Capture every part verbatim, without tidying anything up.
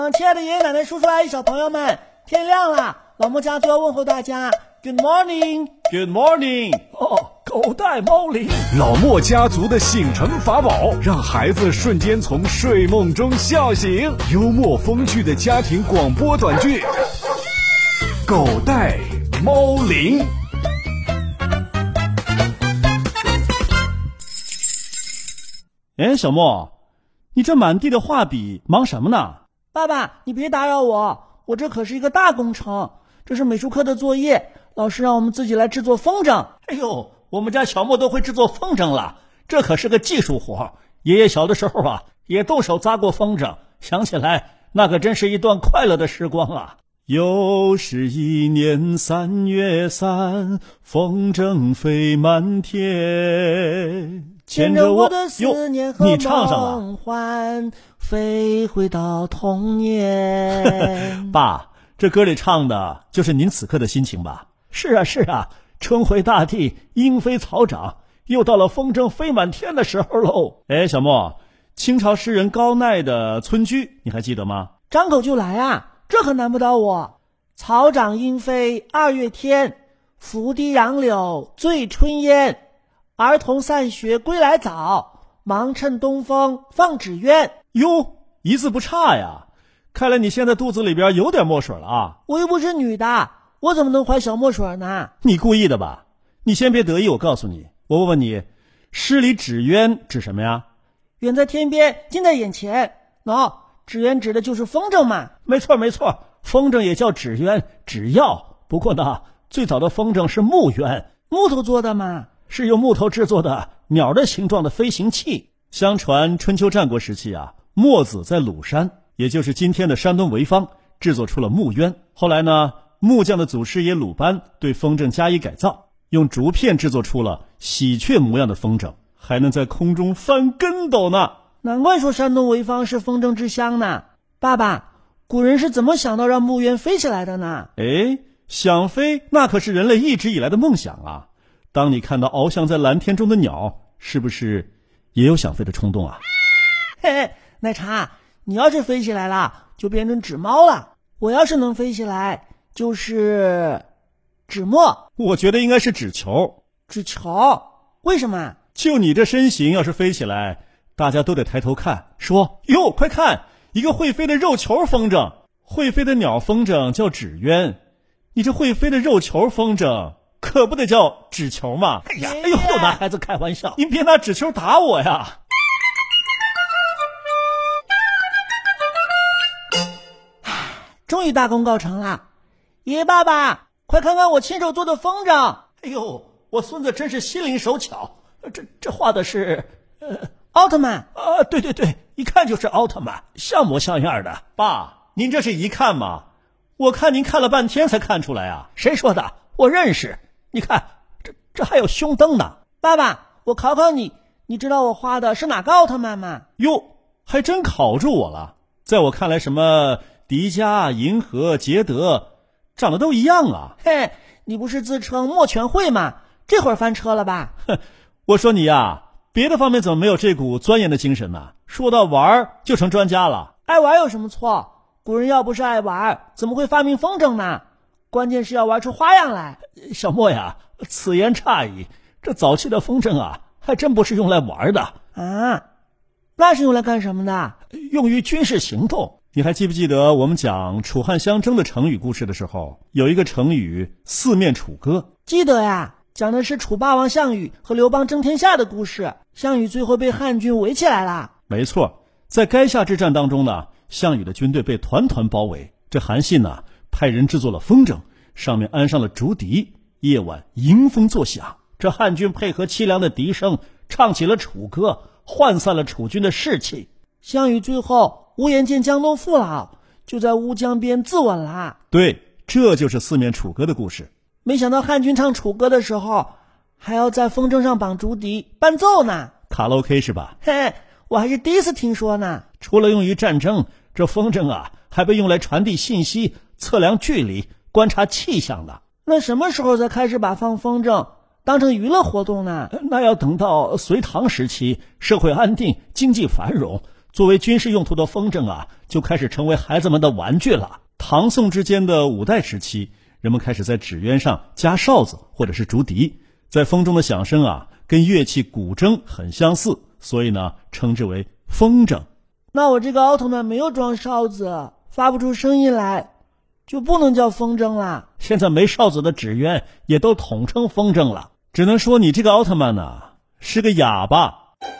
嗯，亲爱的爷爷奶奶、叔叔阿姨、小朋友们，天亮了，老莫家族要问候大家 ，Good morning，Good morning。 哦，狗带猫铃。 老莫家族的醒神法宝，让孩子瞬间从睡梦中笑醒。幽默风趣的家庭广播短剧，狗带猫铃。 哎，小莫，你这满地的画笔忙什么呢？ 爸爸，你别打扰我，我这可是一个大工程，这是美术课的作业，老师让我们自己来制作风筝。 哎呦，我们家小莫都会制作风筝了，这可是个技术活。爷爷小的时候啊，也动手扎过风筝，想起来那可真是一段快乐的时光啊。 又是一年三月三，风筝飞满天， 牵着我的思念和梦幻，飞回到童年。 爸，这歌里唱的就是您此刻的心情吧？ 是啊是啊，春回大地，莺飞草长，又到了风筝飞满天的时候喽。 哎，小莫，清朝诗人高鼐的村居你还记得吗？ 张口就来啊，这可难不倒我。草长莺飞二月天，拂堤杨柳醉春烟。儿童散学归来早，忙趁东风放纸鸢。 哟，一字不差呀！看来你现在肚子里边有点墨水了啊！ 我又不是女的，我怎么能怀小墨水呢？ 你故意的吧？你先别得意，我告诉你，我问问你，诗里纸鸢指什么呀？ 远在天边，近在眼前。喏、no, 纸鸢指的就是风筝嘛。 没错没错，风筝也叫纸鸢、纸鹞。不过呢，最早的风筝是木鸢， 木头做的嘛。 是用木头制作的鸟的形状的飞行器。 相传春秋战国时期啊，墨子在鲁山，也就是今天的山东潍坊，制作出了木鸢。后来呢，木匠的祖师爷鲁班对风筝加以改造，用竹片制作出了喜鹊模样的风筝，还能在空中翻跟斗呢。 难怪说山东潍坊是风筝之乡呢。爸爸，古人是怎么想到让木鸢飞起来的呢？ 哎，想飞那可是人类一直以来的梦想啊。当你看到翱翔在蓝天中的鸟，是不是也有想飞的冲动啊？ 嘿嘿，奶茶，你要是飞起来了，就变成纸猫了。我要是能飞起来，就是纸墨。 我觉得应该是纸球。 纸球？为什么？ 就你这身形，要是飞起来，大家都得抬头看，说哟，快看，一个会飞的肉球风筝。会飞的鸟风筝叫纸鸢，你这会飞的肉球风筝可不得叫纸球嘛！ 哎呀，哎呦，又拿孩子开玩笑， 您别拿纸球打我呀！ 终于大功告成了，爷爷爸爸，快看看我亲手做的风筝！ 哎呦，我孙子真是心灵手巧，这这画的是呃奥特曼啊，对对对，一看就是奥特曼，像模像样的。 爸，您这是一看吗？我看您看了半天才看出来啊！ 谁说的？我认识。你看，这这还有胸灯呢。 爸爸，我考考你，你知道我画的是哪个奥特曼吗？ 哟，还真考住我了。在我看来，什么迪迦、银河、捷德，长得都一样啊。 嘿，你不是自称墨全会吗？这会儿翻车了吧？ 哼，我说你呀，别的方面怎么没有这股钻研的精神呢？说到玩就成专家了。 爱玩有什么错？古人要不是爱玩，怎么会发明风筝呢？关键是要玩出花样来。 小莫呀，此言差矣，这早期的风筝啊，还真不是用来玩的啊。那是用来干什么的？ 用于军事行动。 你还记不记得我们讲楚汉相争的成语故事的时候，有一个成语四面楚歌？ 记得呀，讲的是楚霸王项羽和刘邦争天下的故事。项羽最后被汉军围起来了。 没错，在垓下之战当中呢，项羽的军队被团团包围。这韩信呢，派人制作了风筝，上面安上了竹笛，夜晚迎风作响。这汉军配合凄凉的笛声，唱起了楚歌，涣散了楚军的士气。 项羽最后无颜见江东父老，就在乌江边自刎了。 对，这就是四面楚歌的故事。 没想到汉军唱楚歌的时候，还要在风筝上绑竹笛伴奏呢。 卡拉 OK 是吧？ 嘿，我还是第一次听说呢。 除了用于战争，这风筝啊，还被用来传递信息、测量距离、观察气象的。 那什么时候才开始把放风筝当成娱乐活动呢？ 那要等到隋唐时期，社会安定，经济繁荣， 作为军事用途的风筝啊，就开始成为孩子们的玩具了。唐宋之间的五代时期，人们开始在纸鸢上加哨子或者是竹笛，在风中的响声啊，跟乐器古筝很相似，所以呢，称之为风筝。 那我这个奥特曼没有装哨子，发不出声音来，就不能叫风筝啦。 现在没哨子的纸鸢也都统称风筝了。 只能说你这个奥特曼呢，是个哑巴。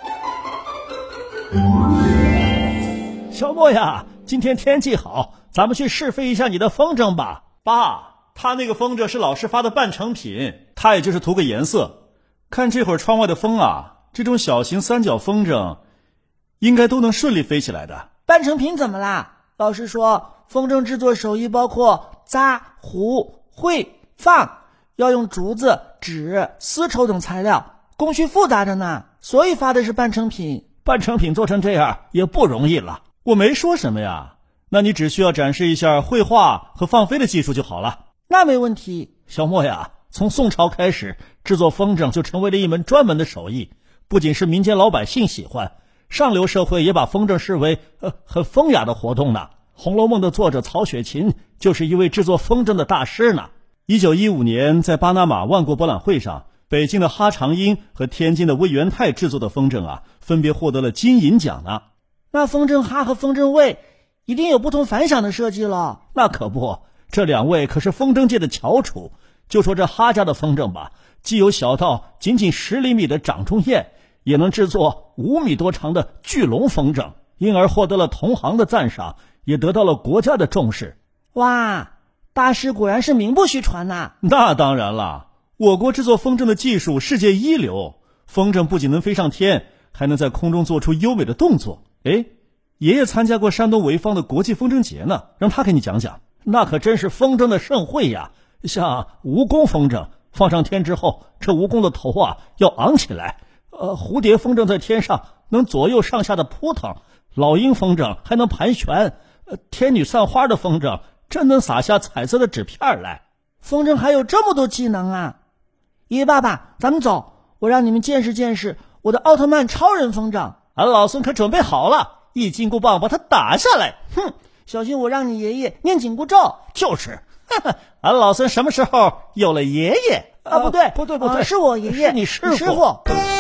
小莫呀，今天天气好，咱们去试飞一下你的风筝吧。 爸，他那个风筝是老师发的半成品，他也就是图个颜色。看这会儿窗外的风啊，这种小型三角风筝应该都能顺利飞起来的。 半成品怎么啦？老师说风筝制作手艺包括扎、糊、绘、放，要用竹子、纸、丝绸等材料，工序复杂着呢，所以发的是半成品。 半成品做成这样也不容易了。 我没说什么呀，那你只需要展示一下绘画和放飞的技术就好了。 那没问题。 小莫呀，从宋朝开始，制作风筝就成为了一门专门的手艺，不仅是民间老百姓喜欢，上流社会也把风筝视为呃很风雅的活动呢。《红楼梦》的作者曹雪芹就是一位制作风筝的大师呢。 一九一五年，在巴拿马万国博览会上，北京的哈长英和天津的魏元泰制作的风筝啊，分别获得了金银奖呢。 那风筝哈和风筝魏一定有不同凡响的设计了。 那可不，这两位可是风筝界的翘楚。就说这哈家的风筝吧，既有小到仅仅十厘米的掌中雁，也能制作五米多长的巨龙风筝，因而获得了同行的赞赏，也得到了国家的重视。 哇，大师果然是名不虚传呐、啊！ 那当然了，我国制作风筝的技术世界一流，风筝不仅能飞上天，还能在空中做出优美的动作。哎，爷爷参加过山东潍坊的国际风筝节呢，让他给你讲讲。 那可真是风筝的盛会呀！像蜈蚣风筝放上天之后，这蜈蚣的头啊要昂起来，呃，蝴蝶风筝在天上能左右上下的扑腾，老鹰风筝还能盘旋，呃，天女散花的风筝真能撒下彩色的纸片来。 风筝还有这么多技能啊！爷爷爸爸，咱们走，我让你们见识见识我的奥特曼超人风筝。 俺老孙可准备好了，一金箍棒把它打下来。 哼，小心我让你爷爷念紧箍咒。 就是，哈哈，俺老孙什么时候有了爷爷啊？不对， 不对，不对， 呃、是我爷爷， 是你师傅。 师傅。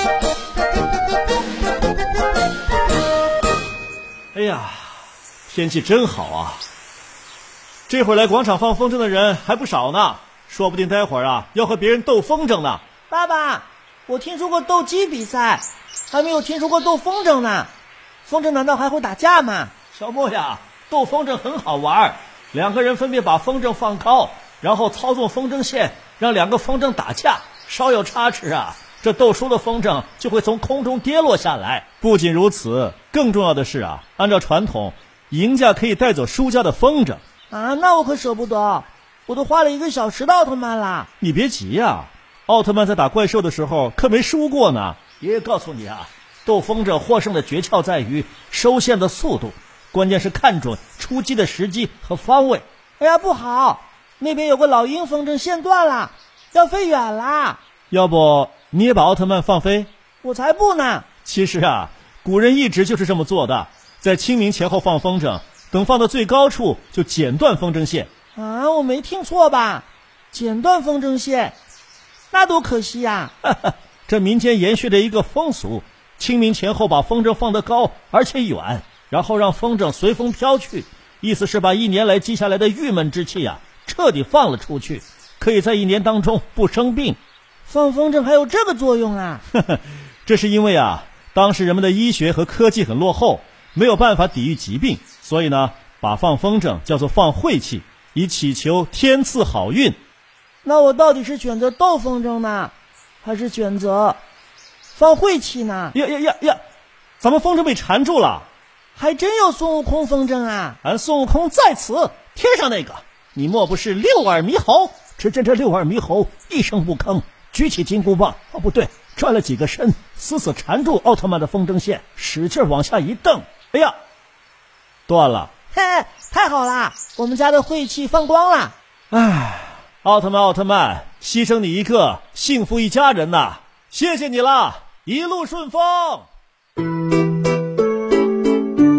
哎呀，天气真好啊！这会儿来广场放风筝的人还不少呢，说不定待会儿啊要和别人斗风筝呢。 爸爸，我听说过斗鸡比赛，还没有听说过斗风筝呢。风筝难道还会打架吗？ 小莫呀，斗风筝很好玩，两个人分别把风筝放高，然后操纵风筝线，让两个风筝打架，稍有差池啊，这斗输的风筝就会从空中跌落下来。 不仅如此，更重要的是啊，按照传统，赢家可以带走输家的风筝啊，那我可舍不得，我都画了一个小时的奥特曼啦。 你别急呀，奥特曼在打怪兽的时候可没输过呢。 爷爷告诉你啊，斗风筝获胜的诀窍在于收线的速度，关键是看准出击的时机和方位。 哎呀，不好，那边有个老鹰风筝线断了，要飞远啦。 要不你也把奥特曼放飞？ 我才不呢。 其实啊，古人一直就是这么做的，在清明前后放风筝，等放到最高处就剪断风筝线。 啊，我没听错吧？剪断风筝线，那多可惜呀、 啊！这民间延续的一个风俗，清明前后把风筝放得高而且远，然后让风筝随风飘去，意思是把一年来积下来的郁闷之气啊，彻底放了出去，可以在一年当中不生病。 放风筝还有这个作用啊？ 这是因为啊，当时人们的医学和科技很落后，没有办法抵御疾病，所以呢，把放风筝叫做放晦气，以祈求天赐好运。 那我到底是选择斗风筝呢，还是选择放晦气呢？ 呀呀呀呀！咱们风筝被缠住了， 还真有孙悟空风筝啊！ 俺孙悟空在此，天上那个，你莫不是六耳猕猴？只见这六耳猕猴一声不吭，举起金箍棒，哦不对，转了几个身，死死缠住奥特曼的风筝线，使劲往下一蹬，哎呀，断了！ 嘿，太好了，我们家的晦气放光了！ 唉，奥特曼，奥特曼，牺牲你一个，幸福一家人呐！谢谢你啦，一路顺风。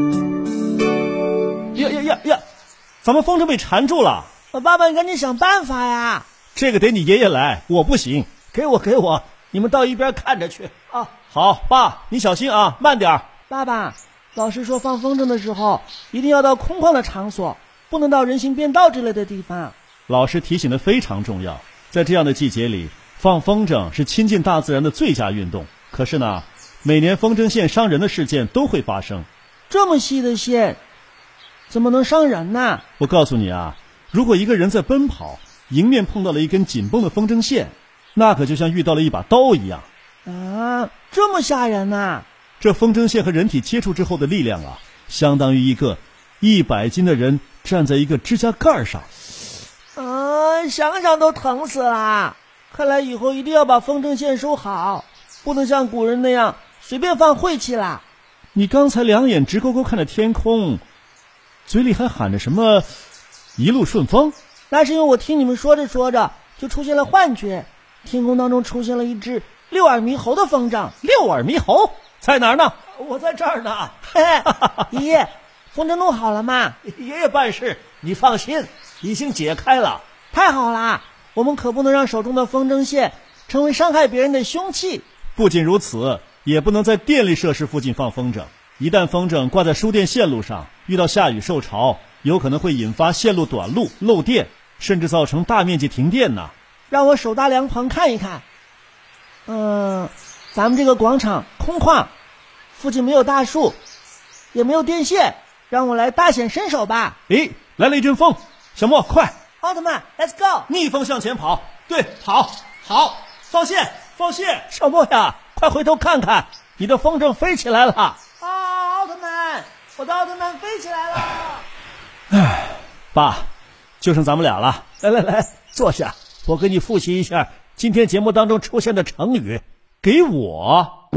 咱们风筝被缠住了。 爸爸，你赶紧想办法呀！ 这个得你爷爷来，我不行。 给我给我，你们到一边看着去啊！ 好，爸，你小心啊，慢点。 爸爸，老师说放风筝的时候一定要到空旷的场所，不能到人行便道之类的地方。 老师提醒的非常重要，在这样的季节里，放风筝是亲近大自然的最佳运动。可是呢，每年风筝线伤人的事件都会发生。 这么细的线，怎么能伤人呢？ 我告诉你啊，如果一个人在奔跑，迎面碰到了一根紧绷的风筝线，那可就像遇到了一把刀一样。 啊，这么吓人呐！ 这风筝线和人体接触之后的力量啊，相当于一个一百斤的人站在一个指甲盖上。 啊，想想都疼死了。看来以后一定要把风筝线收好，不能像古人那样随便放晦气啦。 你刚才两眼直勾勾看着天空，嘴里还喊着什么一路顺风？ 那是因为我听你们说着说着就出现了幻觉，天空当中出现了一只六耳猕猴的风筝。 六耳猕猴在哪儿呢？ 我在这儿呢。 嘿嘿，爷爷，风筝弄好了吗？ 爷爷办事，你放心，已经解开了。 太好了，我们可不能让手中的风筝线成为伤害别人的凶器。 不仅如此，也不能在电力设施附近放风筝。一旦风筝挂在输电线路上，遇到下雨受潮，有可能会引发线路短路、漏电，甚至造成大面积停电呢。 让我手搭凉棚看一看。嗯，咱们这个广场空旷，附近没有大树，也没有电线，让我来大显身手吧。 诶，来了一阵风，小莫快！ 奥特曼 ，Let's go！ 逆风向前跑，对，跑，好，放线，放线！ 小莫呀，快回头看看，你的风筝飞起来了！ 啊，奥特曼，我的奥特曼飞起来了！ 唉，爸，就剩咱们俩了。 来来来，坐下，我给你复习一下今天节目当中出现的成语。 给我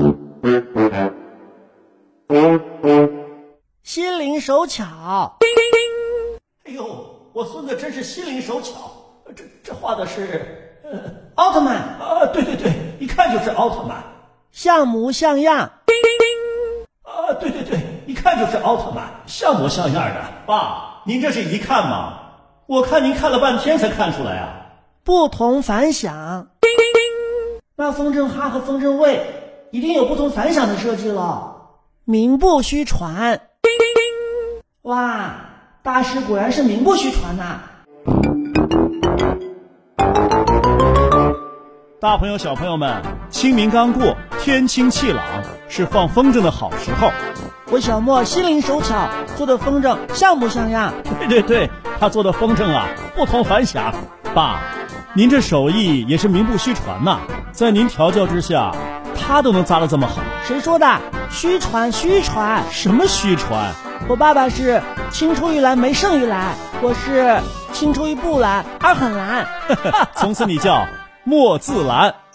心灵手巧。 哎呦，我孙子真是心灵手巧。这这画的是呃奥特曼啊，对对对，一看就是奥特曼。 像模像样。 啊，对对对，一看就是奥特曼，像模像样的。 爸，您这是一看吗？我看您看了半天才看出来啊。 不同凡响。那风筝哈和风筝卫一定有不同凡响的设计了，名不虚传。哇，大师果然是名不虚传呐、啊！ 大朋友小朋友们，清明刚过，天清气朗，是放风筝的好时候。 我小莫心灵手巧，做的风筝像模像样。 对对对，他做的风筝啊，不同凡响。爸，您这手艺也是名不虚传呐、啊，在您调教之下，他都能扎得这么好。 谁说的？虚传虚传。 什么虚传？ 我爸爸是青出于蓝没胜于蓝，我是青出于不蓝而很蓝。 从此你叫莫自蓝。